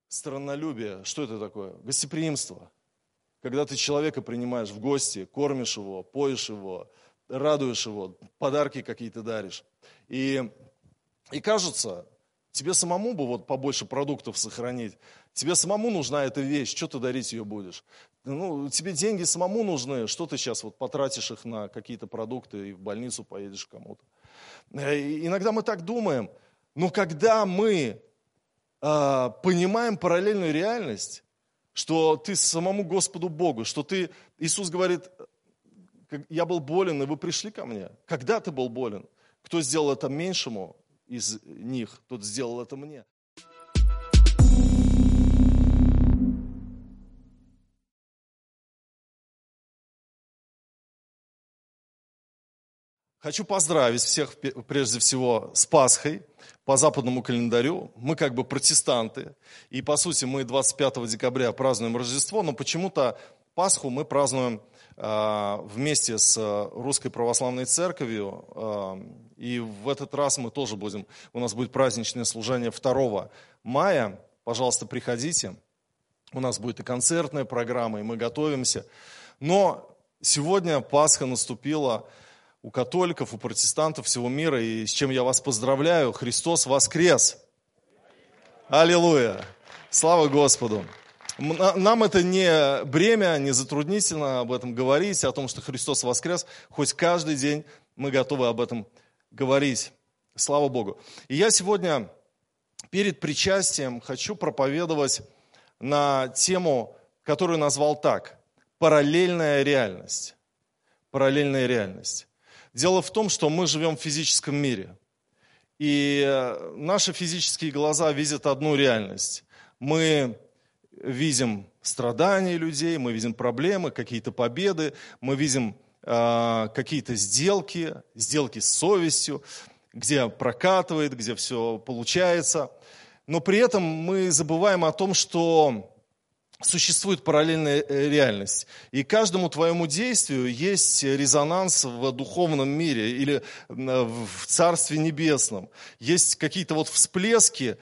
Страннолюбие, что это такое? Гостеприимство. Когда ты человека принимаешь в гости, кормишь его, поешь его, радуешь его, подарки какие-то даришь. И кажется, тебе самому бы вот побольше продуктов сохранить. Тебе самому нужна эта вещь, что ты дарить ее будешь? Тебе деньги самому нужны, что ты сейчас вот потратишь их на какие-то продукты и в больницу поедешь к кому-то. Иногда мы так думаем, но когда мы понимаем параллельную реальность, что ты самому Господу Богу, что ты, Иисус говорит, я был болен, и вы пришли ко мне. Когда ты был болен? Кто сделал это меньшему из них, тот сделал это мне. Хочу поздравить всех, прежде всего, с Пасхой по западному календарю. Мы как бы протестанты, и по сути мы 25 декабря празднуем Рождество, но почему-то Пасху мы празднуем вместе с Русской Православной Церковью, и в этот раз мы тоже у нас будет праздничное служение 2 мая. Пожалуйста, приходите. У нас будет и концертная программа, и мы готовимся. Но сегодня Пасха наступила у католиков, у протестантов всего мира, и с чем я вас поздравляю, Христос воскрес! Аллилуйя! Слава Господу! Нам это не бремя, не затруднительно об этом говорить, о том, что Христос воскрес, хоть каждый день мы готовы об этом говорить. Слава Богу! И я сегодня перед причастием хочу проповедовать на тему, которую назвал так: параллельная реальность. Параллельная реальность. Дело в том, что мы живем в физическом мире, и наши физические глаза видят одну реальность. Мы видим страдания людей, мы видим проблемы, какие-то победы, мы видим какие-то сделки с совестью, где прокатывает, где все получается. Но при этом мы забываем о том, что существует параллельная реальность. И каждому твоему действию есть резонанс в духовном мире или в Царстве Небесном. Есть какие-то вот всплески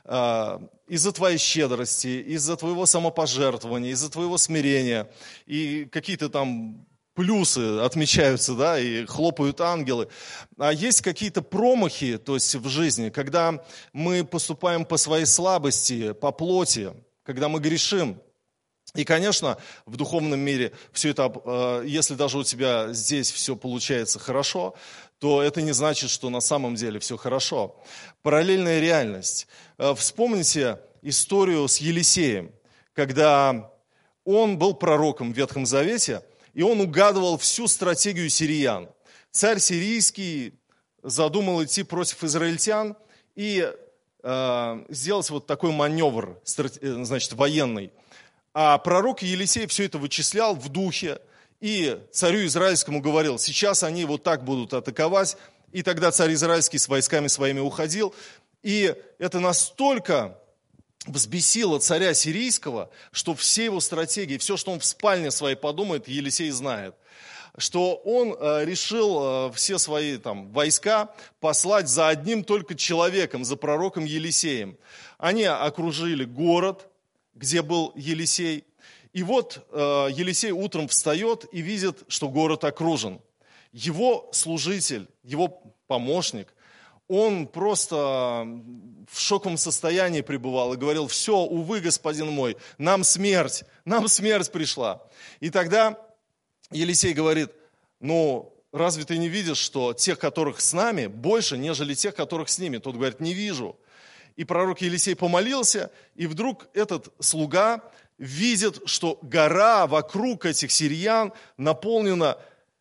из-за твоей щедрости, из-за твоего самопожертвования, из-за твоего смирения. И какие-то там плюсы отмечаются, да, и хлопают ангелы. А есть какие-то промахи, то есть в жизни, когда мы поступаем по своей слабости, по плоти, когда мы грешим. И, конечно, в духовном мире все это, если даже у тебя здесь все получается хорошо, то это не значит, что на самом деле все хорошо. Параллельная реальность. Вспомните историю с Елисеем, когда он был пророком в Ветхом Завете, и он угадывал всю стратегию сириян. Царь сирийский задумал идти против израильтян и сделать вот такой маневр, значит, военный. А пророк Елисей все это вычислял в духе и царю израильскому говорил: сейчас они вот так будут атаковать. И тогда царь израильский с войсками своими уходил. И это настолько взбесило царя сирийского, что все его стратегии, все, что он в спальне своей подумает, Елисей знает. Что он решил все свои там войска послать за одним только человеком, за пророком Елисеем. Они окружили город, где был Елисей. И вот Елисей утром встает и видит, что город окружен. Его служитель, его помощник, он просто в шоковом состоянии пребывал и говорил: все, увы, господин мой, нам смерть пришла. И тогда Елисей говорит: разве ты не видишь, что тех, которых с нами, больше, нежели тех, которых с ними? Тот говорит: не вижу. И пророк Елисей помолился, и вдруг этот слуга видит, что гора вокруг этих сириян наполнена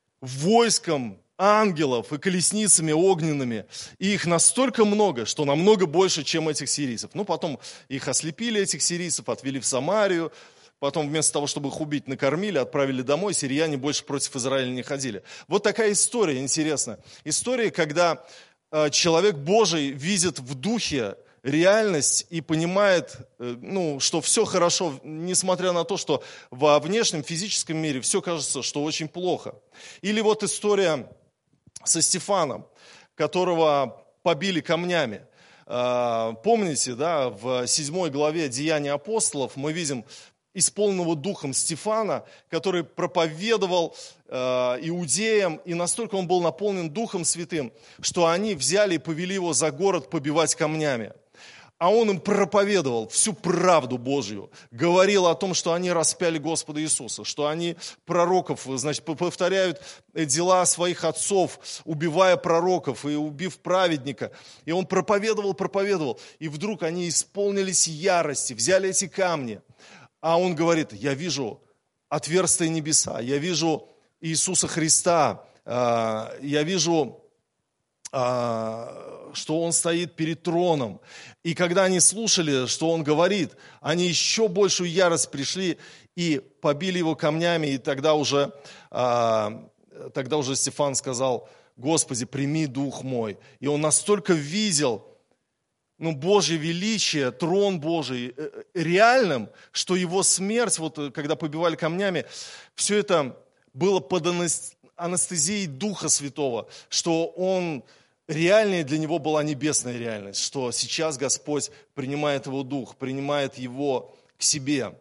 войском ангелов и колесницами огненными. И их настолько много, что намного больше, чем этих сирийцев. Потом их ослепили, этих сирийцев, отвели в Самарию. Потом вместо того, чтобы их убить, накормили, отправили домой. Сирияне больше против Израиля не ходили. Вот такая история интересная. История, когда человек Божий видит в духе реальность и понимает, что все хорошо, несмотря на то, что во внешнем физическом мире все кажется, что очень плохо. Или вот история со Стефаном, которого побили камнями. Помните, да, в 7 главе Деяний апостолов мы видим исполненного Духом Стефана, который проповедовал иудеям, и настолько он был наполнен Духом Святым, что они взяли и повели его за город побивать камнями. А он им проповедовал всю правду Божью, говорил о том, что они распяли Господа Иисуса, что они пророков, значит, повторяют дела своих отцов, убивая пророков и убив праведника. И он проповедовал, и вдруг они исполнились ярости, взяли эти камни. А он говорит: я вижу отверстые небеса, я вижу Иисуса Христа, я вижу, что Он стоит перед троном. И когда они слушали, что Он говорит, они еще большую ярость пришли и побили Его камнями. И тогда уже Стефан сказал: Господи, прими дух мой. И он настолько видел Божье величие, трон Божий реальным, что его смерть, вот когда побивали камнями, все это было под анестезией Духа Святого, что он реальнее для него была небесная реальность, что сейчас Господь принимает его дух, принимает его к себе.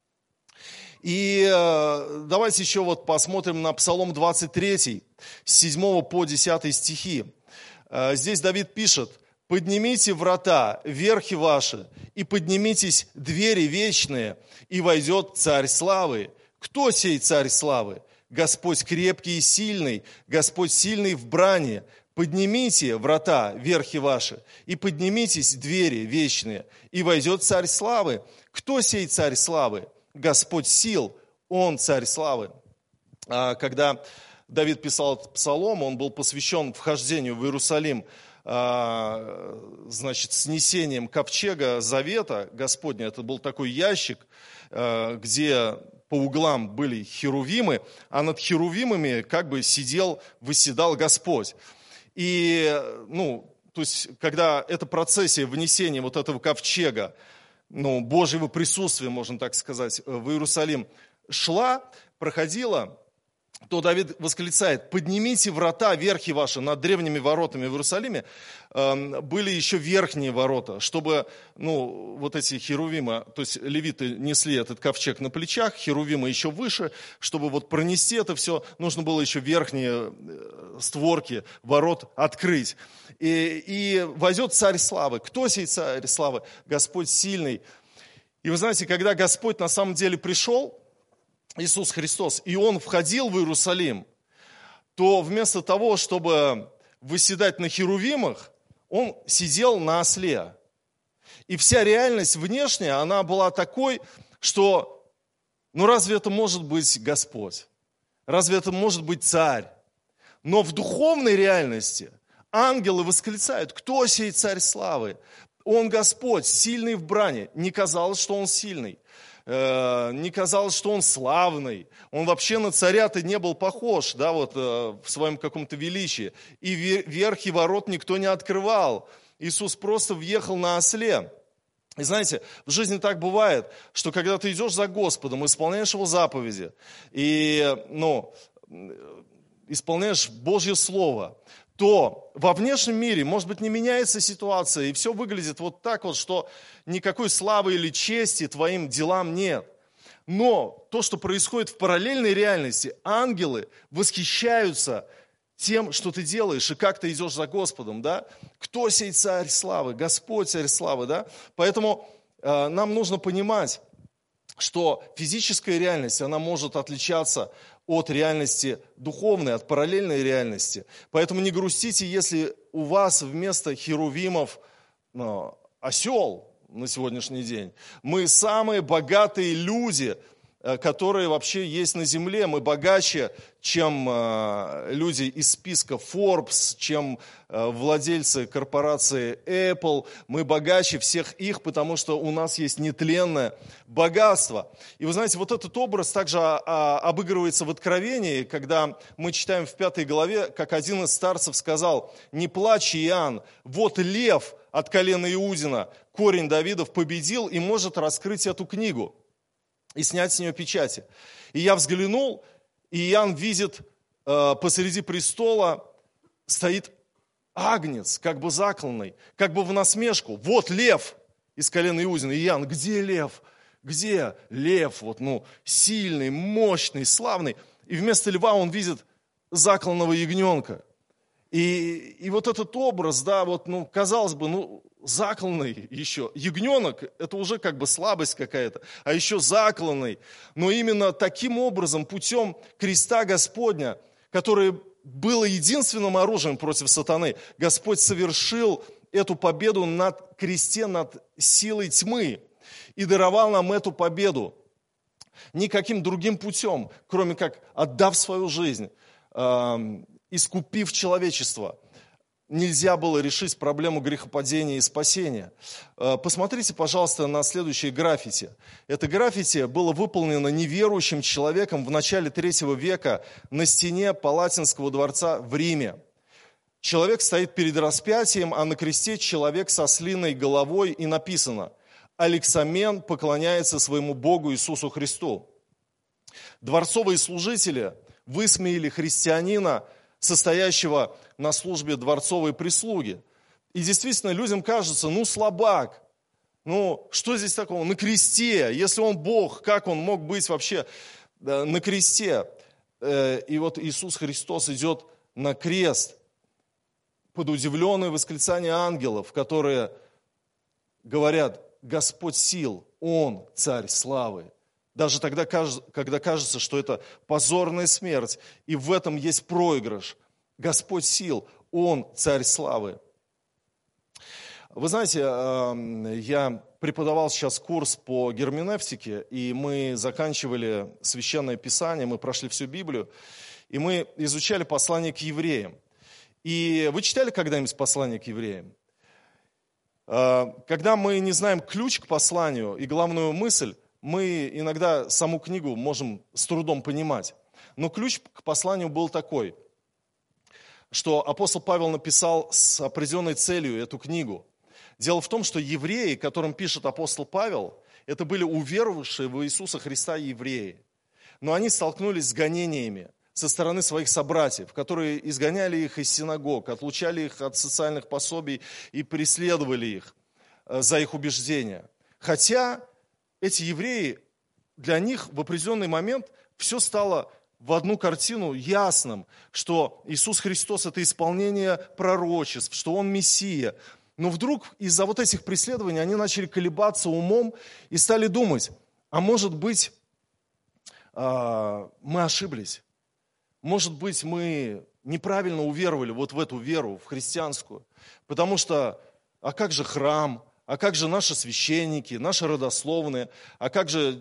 И давайте еще вот посмотрим на Псалом 23, с 7 по 10 стихи. Здесь Давид пишет: «Поднимите врата, верхи ваши, и поднимитесь двери вечные, и войдет Царь славы. Кто сей Царь славы? Господь крепкий и сильный, Господь сильный в брани. Поднимите врата, верхи ваши, и поднимитесь двери вечные, и войдет Царь славы. Кто сей Царь славы? Господь сил, Он Царь славы». Когда Давид писал этот псалом, он был посвящен вхождению в Иерусалим, значит, снесением ковчега Завета Господня. Это был такой ящик, где по углам были херувимы, а над херувимами как бы восседал Господь. И, то есть, когда эта процессия внесения вот этого ковчега, Божьего присутствия, можно так сказать, в Иерусалим проходила, то Давид восклицает: «Поднимите врата, верхи ваши». Над древними воротами в Иерусалиме были еще верхние ворота, чтобы, вот эти херувимы, то есть левиты несли этот ковчег на плечах, херувимы еще выше, чтобы вот пронести это все, нужно было еще верхние створки ворот открыть. И войдет Царь славы. Кто сей Царь славы? Господь сильный. И вы знаете, когда Господь на самом деле пришел, Иисус Христос, и Он входил в Иерусалим, то вместо того, чтобы восседать на херувимах, Он сидел на осле. И вся реальность внешняя, она была такой, что, разве это может быть Господь? Разве это может быть Царь? Но в духовной реальности ангелы восклицают: кто сей Царь славы? Он Господь, сильный в брани. Не казалось, что Он сильный. Не казалось, что он славный. Он вообще на царя-то не был похож, да, вот в своем каком-то величии. И верхи ворот никто не открывал. Иисус просто въехал на осле. И знаете, в жизни так бывает, что когда ты идешь за Господом, исполняешь Его заповеди, и, исполняешь Божье Слово, то во внешнем мире, может быть, не меняется ситуация, и все выглядит вот так вот, что никакой славы или чести твоим делам нет. Но то, что происходит в параллельной реальности, ангелы восхищаются тем, что ты делаешь, и как ты идешь за Господом, да? Кто сей Царь славы? Господь Царь славы, да? Поэтому нам нужно понимать, что физическая реальность, она может отличаться от реальности духовной, от параллельной реальности. Поэтому не грустите, если у вас вместо херувимов осел на сегодняшний день. Мы самые богатые люди, которые вообще есть на земле. Мы богаче, чем люди из списка Forbes, чем владельцы корпорации Apple. Мы богаче всех их, потому что у нас есть нетленное богатство. И вы знаете, вот этот образ также обыгрывается в Откровении, когда мы читаем в 5 главе, как один из старцев сказал: «Не плачь, Иоанн, вот лев от колена Иудина, корень Давидов, победил и может раскрыть эту книгу и снять с нее печати». И я взглянул, и Иоанн видит, посреди престола стоит агнец, как бы закланный, как бы в насмешку. Вот лев из колена Иудина. И Иоанн, где лев? Где лев? Вот, сильный, мощный, славный. И вместо льва он видит закланного ягненка. И вот этот образ, казалось бы, закланный еще. Ягненок, это уже как бы слабость какая-то, а еще закланный. Но именно таким образом, путем креста Господня, который было единственным оружием против сатаны, Господь совершил эту победу над кресте, над силой тьмы и даровал нам эту победу никаким другим путем, кроме как отдав свою жизнь, искупив человечество. Нельзя было решить проблему грехопадения и спасения. Посмотрите, пожалуйста, на следующее граффити. Это граффити было выполнено неверующим человеком в начале 3 века на стене Палатинского дворца в Риме. Человек стоит перед распятием, а на кресте человек со ослиной головой, и написано: «Алексамен поклоняется своему Богу Иисусу Христу». Дворцовые служители высмеяли христианина, состоящего на службе дворцовой прислуги. И действительно, людям кажется, слабак. Что здесь такого? На кресте, если он Бог, как он мог быть вообще на кресте? И вот Иисус Христос идет на крест под удивленное восклицание ангелов, которые говорят: Господь сил, Он царь славы. Даже тогда, когда кажется, что это позорная смерть, и в этом есть проигрыш. Господь сил, Он царь славы. Вы знаете, я преподавал сейчас курс по герменевтике, и мы заканчивали Священное Писание, мы прошли всю Библию, и мы изучали послание к евреям. И вы читали когда-нибудь послание к евреям? Когда мы не знаем ключ к посланию и главную мысль, мы иногда саму книгу можем с трудом понимать. Но ключ к посланию был такой, что апостол Павел написал с определенной целью эту книгу. Дело в том, что евреи, которым пишет апостол Павел, это были уверовавшие в Иисуса Христа евреи. Но они столкнулись с гонениями со стороны своих собратьев, которые изгоняли их из синагог, отлучали их от социальных пособий и преследовали их за их убеждения. Хотя эти евреи, для них в определенный момент все стало в одну картину ясным, что Иисус Христос – это исполнение пророчеств, что Он Мессия. Но вдруг из-за вот этих преследований они начали колебаться умом и стали думать: а может быть, мы ошиблись? Может быть, мы неправильно уверовали вот в эту веру, в христианскую? Потому что, а как же храм? А как же наши священники, наши родословные? А как же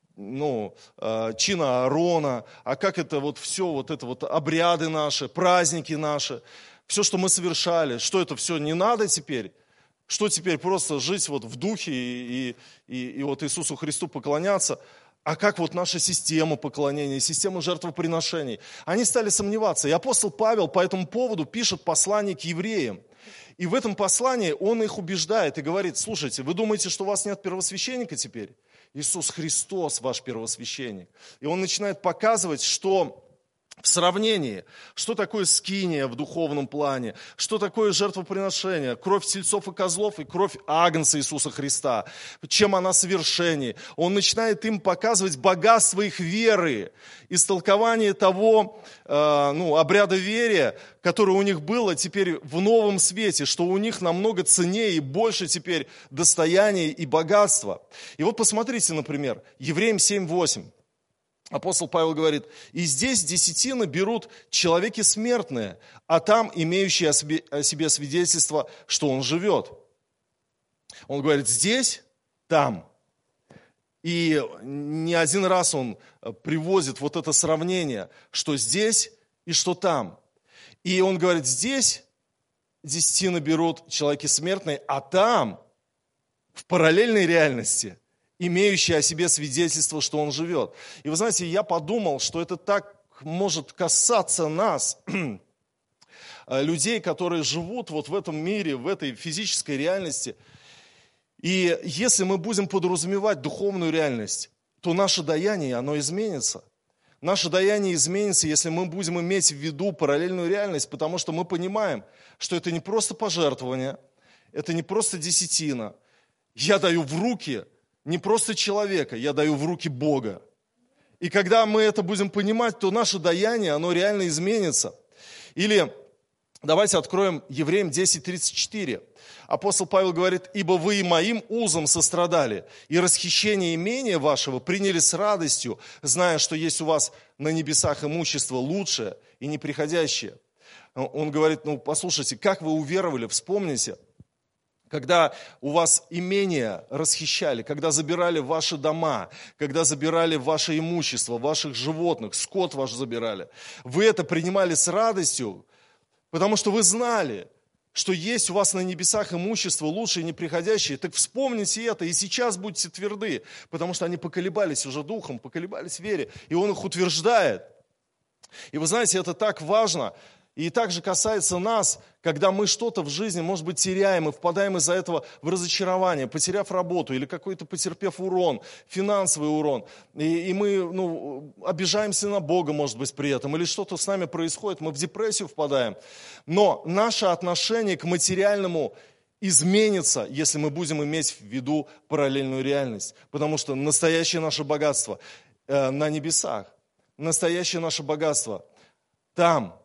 чина Аарона? А как это вот все, вот это вот обряды наши, праздники наши? Все, что мы совершали, что это все не надо теперь? Что теперь просто жить вот в духе и вот Иисусу Христу поклоняться? А как вот наша система поклонения, система жертвоприношений? Они стали сомневаться. И апостол Павел по этому поводу пишет послание к евреям. И в этом послании он их убеждает и говорит: слушайте, вы думаете, что у вас нет первосвященника теперь? Иисус Христос ваш первосвященник. И он начинает показывать, что в сравнении, что такое скиния в духовном плане, что такое жертвоприношение, кровь тельцов и козлов и кровь агнца Иисуса Христа, чем она совершеннее. Он начинает им показывать богатство их веры, истолкование того обряда верия, которое у них было теперь в новом свете, что у них намного ценнее и больше теперь достояния и богатства. И вот посмотрите, например, Евреям 7:8. Апостол Павел говорит: «И здесь десятины берут человеки смертные, а там имеющие о себе свидетельство, что он живет». Он говорит: здесь, там. И не один раз он приводит вот это сравнение, что здесь и что там. И он говорит: здесь десятины берут человеки смертные, а там, в параллельной реальности, имеющий о себе свидетельство, что он живет. И вы знаете, я подумал, что это так может касаться нас, людей, которые живут вот в этом мире, в этой физической реальности. И если мы будем подразумевать духовную реальность, то наше даяние, оно изменится. Наше даяние изменится, если мы будем иметь в виду параллельную реальность, потому что мы понимаем, что это не просто пожертвование, это не просто десятина. Я даю в руки не просто человека, я даю в руки Бога. И когда мы это будем понимать, то наше даяние, оно реально изменится. Или давайте откроем Евреям 10:34. Апостол Павел говорит: «Ибо вы и моим узом сострадали, и расхищение имения вашего приняли с радостью, зная, что есть у вас на небесах имущество лучшее и неприходящее». Он говорит: послушайте, как вы уверовали, вспомните, когда у вас имения расхищали, когда забирали ваши дома, когда забирали ваше имущество, ваших животных, скот ваш забирали, вы это принимали с радостью, потому что вы знали, что есть у вас на небесах имущество лучшее и неприходящее. Так вспомните это, и сейчас будьте тверды, потому что они поколебались уже духом, поколебались в вере, и Он их утверждает. И вы знаете, это так важно. И также касается нас, когда мы что-то в жизни, может быть, теряем и впадаем из-за этого в разочарование, потеряв работу или какой-то потерпев урон, финансовый урон. И мы обижаемся на Бога, может быть, при этом, или что-то с нами происходит, мы в депрессию впадаем. Но наше отношение к материальному изменится, если мы будем иметь в виду параллельную реальность. Потому что настоящее наше богатство на небесах, настоящее наше богатство там.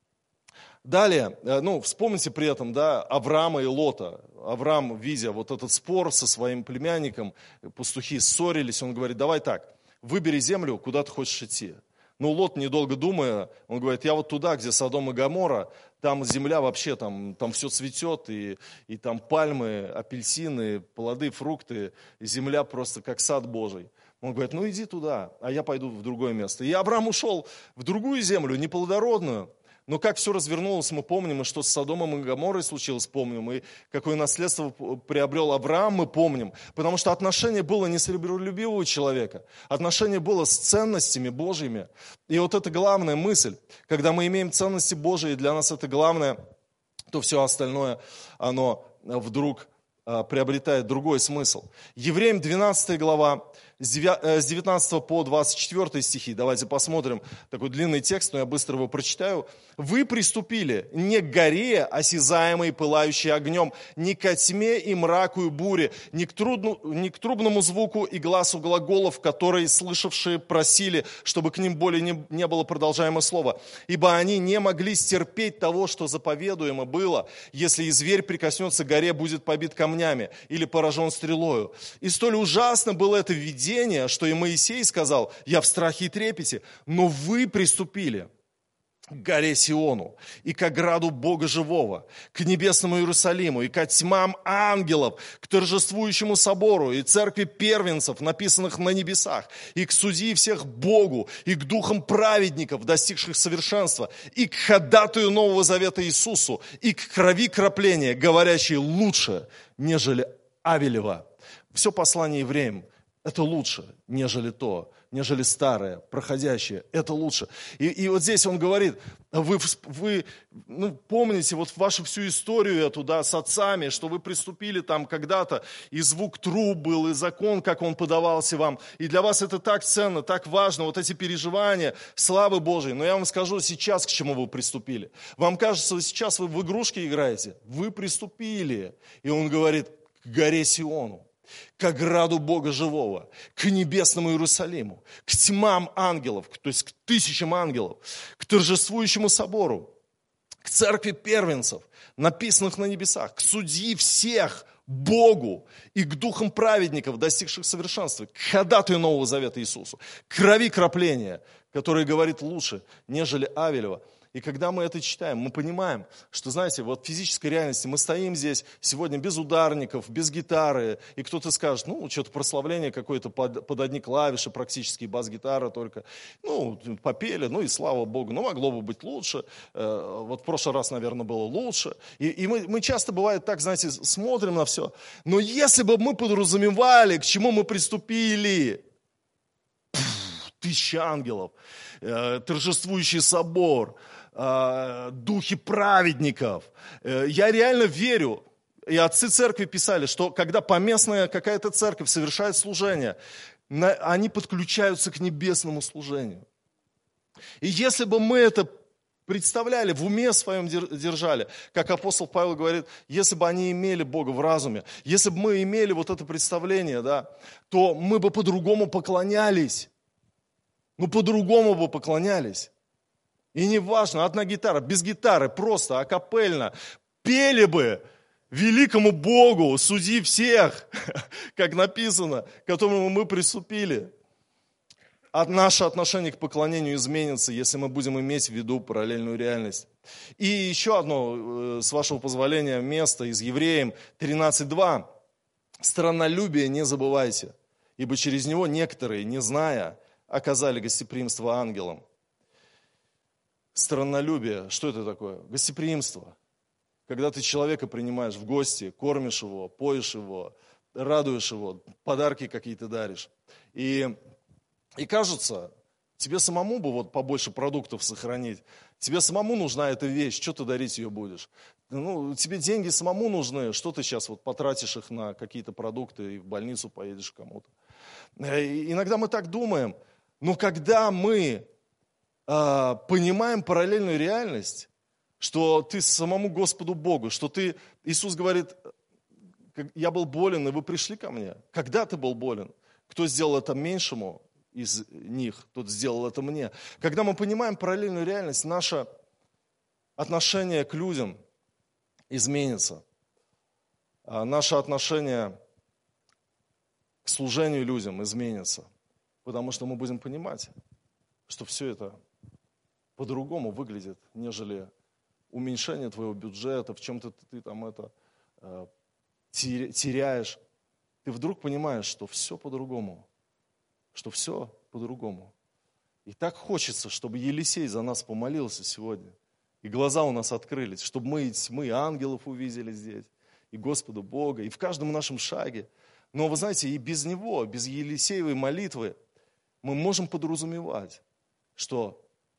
Далее, вспомните при этом, Авраама и Лота. Авраам, видя вот этот спор со своим племянником, пастухи ссорились, он говорит: давай так, выбери землю, куда ты хочешь идти. Лот, недолго думая, он говорит: я вот туда, где Содом и Гоморра, там земля вообще, там все цветет, и там пальмы, апельсины, плоды, фрукты, земля просто как сад Божий. Он говорит: иди туда, а я пойду в другое место. И Авраам ушел в другую землю, неплодородную. Но как все развернулось, мы помним, и что с Содомом и Гоморрой случилось, помним, и какое наследство приобрел Авраам, мы помним. Потому что отношение было не с любовью человека, отношение было с ценностями Божьими. И вот это главная мысль. Когда мы имеем ценности Божьи, и для нас это главное, то все остальное, оно вдруг приобретает другой смысл. Евреям 12 глава, с 19 по 24 стихи. Давайте посмотрим. Такой длинный текст, но я быстро его прочитаю. «Вы приступили не к горе, осязаемой, пылающей огнем, не ко тьме и мраку и буре, не к трубному звуку и гласу глаголов, которые слышавшие просили, чтобы к ним более не было продолжаемого слова. Ибо они не могли стерпеть того, что заповедуемо было. Если и зверь прикоснется к горе, будет побит камнями или поражен стрелою. И столь ужасно было это видение, что и Моисей сказал: я в страхе и трепете, но вы приступили к горе Сиону и к ограду Бога живого, к небесному Иерусалиму и к тьмам ангелов, к торжествующему собору и церкви первенцев, написанных на небесах, и к судьи всех Богу, и к духам праведников, достигших совершенства, и к ходатаю Нового Завета Иисусу, и к крови кропления, говорящей лучше, нежели Авелева». Все послание евреям — это лучше, нежели старое, проходящее. Это лучше. И вот здесь он говорит: вы помните вот вашу всю историю эту, с отцами, что вы приступили там когда-то, и звук труб был, и закон, как он подавался вам. И для вас это так ценно, так важно, вот эти переживания славы Божией. Но я вам скажу сейчас, к чему вы приступили. Вам кажется, сейчас вы в игрушки играете. Вы приступили. И он говорит: к горе Сиону, к ограду Бога живого, к небесному Иерусалиму, к тьмам ангелов, то есть к тысячам ангелов, к торжествующему собору, к церкви первенцев, написанных на небесах, к судьи всех Богу и к духам праведников, достигших совершенства, к ходатаю Нового Завета Иисусу, к крови кропления, который говорит лучше, нежели Авелева. И когда мы это читаем, мы понимаем, что, знаете, вот в физической реальности мы стоим здесь сегодня без ударников, без гитары, и кто-то скажет: что-то прославление какое-то под одни клавиши, практически бас-гитара только. Попели, и слава Богу, могло бы быть лучше. Вот в прошлый раз, наверное, было лучше. И мы часто, бывает так, знаете, смотрим на все. Но если бы мы подразумевали, к чему мы приступили, тысячи ангелов, торжествующий собор, духи праведников. Я реально верю, и отцы церкви писали, что когда поместная какая-то церковь совершает служение, они подключаются к небесному служению. И если бы мы это представляли, в уме своем держали, как апостол Павел говорит, если бы они имели Бога в разуме, если бы мы имели вот это представление, да, то мы бы по-другому поклонялись. Мы по-другому бы поклонялись. И не важно, одна гитара, без гитары, просто акапельно, пели бы великому Богу, суди всех, как написано, к которому мы приступили. Наше отношение к поклонению изменится, если мы будем иметь в виду параллельную реальность. И еще одно, с вашего позволения, место из Евреям 13:2. «Страннолюбие не забывайте, ибо через него некоторые, не зная, оказали гостеприимство ангелам». Страннолюбие, что это такое? Гостеприимство. Когда ты человека принимаешь в гости, кормишь его, поешь его, радуешь его, подарки какие-то даришь. И кажется, тебе самому бы вот побольше продуктов сохранить. Тебе самому нужна эта вещь, что ты дарить ее будешь? Ну, тебе деньги самому нужны, что ты сейчас вот потратишь их на какие-то продукты и в больницу поедешь к кому-то. Иногда мы так думаем, но когда мы понимаем параллельную реальность, что ты самому Господу Богу, что ты, Иисус говорит, я был болен, и вы пришли ко мне. Когда ты был болен? Кто сделал это меньшему из них, тот сделал это мне. Когда мы понимаем параллельную реальность, наше отношение к людям изменится. Наше отношение к служению людям изменится. Потому что мы будем понимать, что все это по-другому выглядит, нежели уменьшение твоего бюджета, в чем-то ты там это теряешь. Ты вдруг понимаешь, что все по-другому. Что все по-другому. И так хочется, чтобы Елисей за нас помолился сегодня. И глаза у нас открылись, чтобы мы и тьмы ангелов увидели здесь, и Господа Бога, и в каждом нашем шаге. Но вы знаете, и без него, без Елисеевой молитвы, мы можем подразумевать, что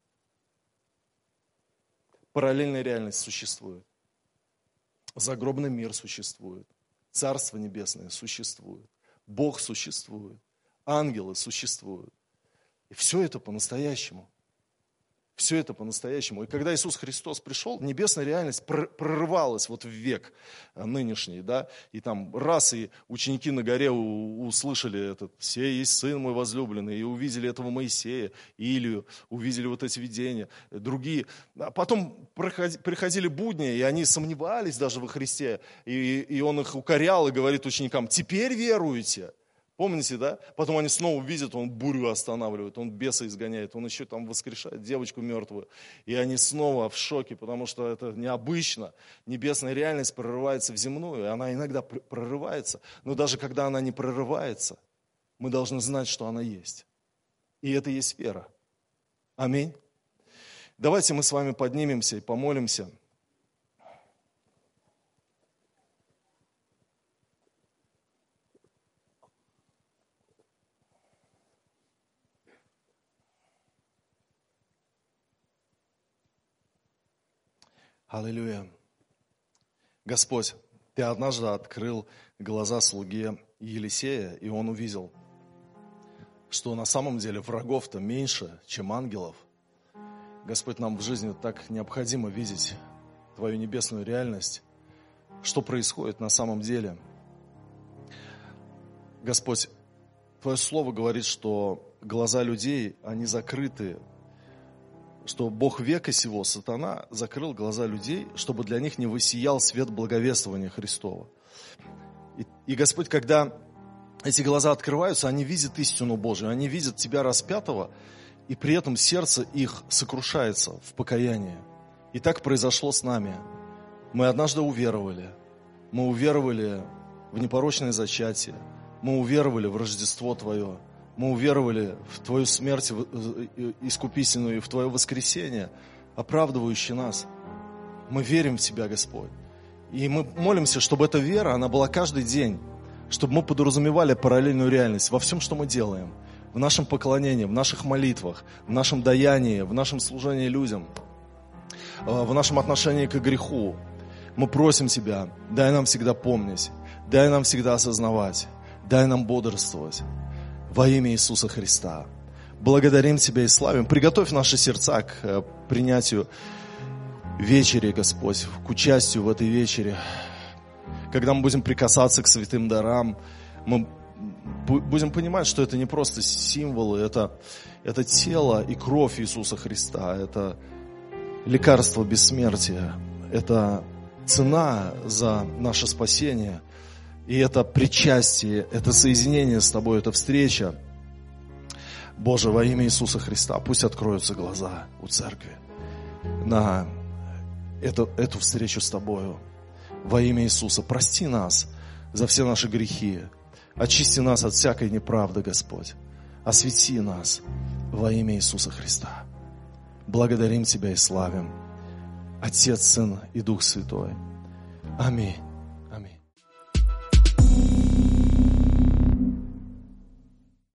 параллельная реальность существует. Загробный мир существует. Царство Небесное существует. Бог существует. Ангелы существуют. И все это по-настоящему. Все это по-настоящему. И когда Иисус Христос пришел, небесная реальность прорывалась вот в век нынешний, да, и там раз и ученики на горе услышали этот «Сей есть Сын мой возлюбленный», и увидели этого Моисея, Илию, увидели вот эти видения, другие. А потом приходили будни, и они сомневались даже во Христе, и Он их укорял и говорит ученикам: «Теперь веруете». Помните, да? Потом они снова видят, он бурю останавливает, он беса изгоняет, он еще там воскрешает девочку мертвую. И они снова в шоке, потому что это необычно. Небесная реальность прорывается в земную, и она иногда прорывается. Но даже когда она не прорывается, мы должны знать, что она есть. И это есть вера. Аминь. Давайте мы с вами поднимемся и помолимся. Аллилуйя. Господь, Ты однажды открыл глаза слуге Елисея, и он увидел, что на самом деле врагов-то меньше, чем ангелов. Господь, нам в жизни так необходимо видеть Твою небесную реальность, что происходит на самом деле. Господь, Твое Слово говорит, что глаза людей, они закрыты, что Бог века сего, сатана, закрыл глаза людей, чтобы для них не воссиял свет благовествования Христова. И Господь, когда эти глаза открываются, они видят истину Божию, они видят Тебя распятого, и при этом сердце их сокрушается в покаянии. И так произошло с нами. Мы однажды уверовали. Мы уверовали в непорочное зачатие. Мы уверовали в Рождество Твое. Мы уверовали в Твою смерть искупительную и в Твое воскресение, оправдывающее нас. Мы верим в Тебя, Господь. И мы молимся, чтобы эта вера, она была каждый день, чтобы мы подразумевали параллельную реальность во всем, что мы делаем. В нашем поклонении, в наших молитвах, в нашем даянии, в нашем служении людям, в нашем отношении к греху. Мы просим Тебя, дай нам всегда помнить, дай нам всегда осознавать, дай нам бодрствовать. Во имя Иисуса Христа. Благодарим Тебя и славим. Приготовь наши сердца к принятию вечери, Господь, к участию в этой вечере. Когда мы будем прикасаться к святым дарам, мы будем понимать, что это не просто символы, это тело и кровь Иисуса Христа, это лекарство бессмертия, это цена за наше спасение, и это причастие, это соединение с Тобой, это встреча. Боже, во имя Иисуса Христа, пусть откроются глаза у церкви на эту встречу с Тобою. Во имя Иисуса, прости нас за все наши грехи, очисти нас от всякой неправды, Господь, освети нас во имя Иисуса Христа. Благодарим Тебя и славим. Отец, Сын и Дух Святой. Аминь.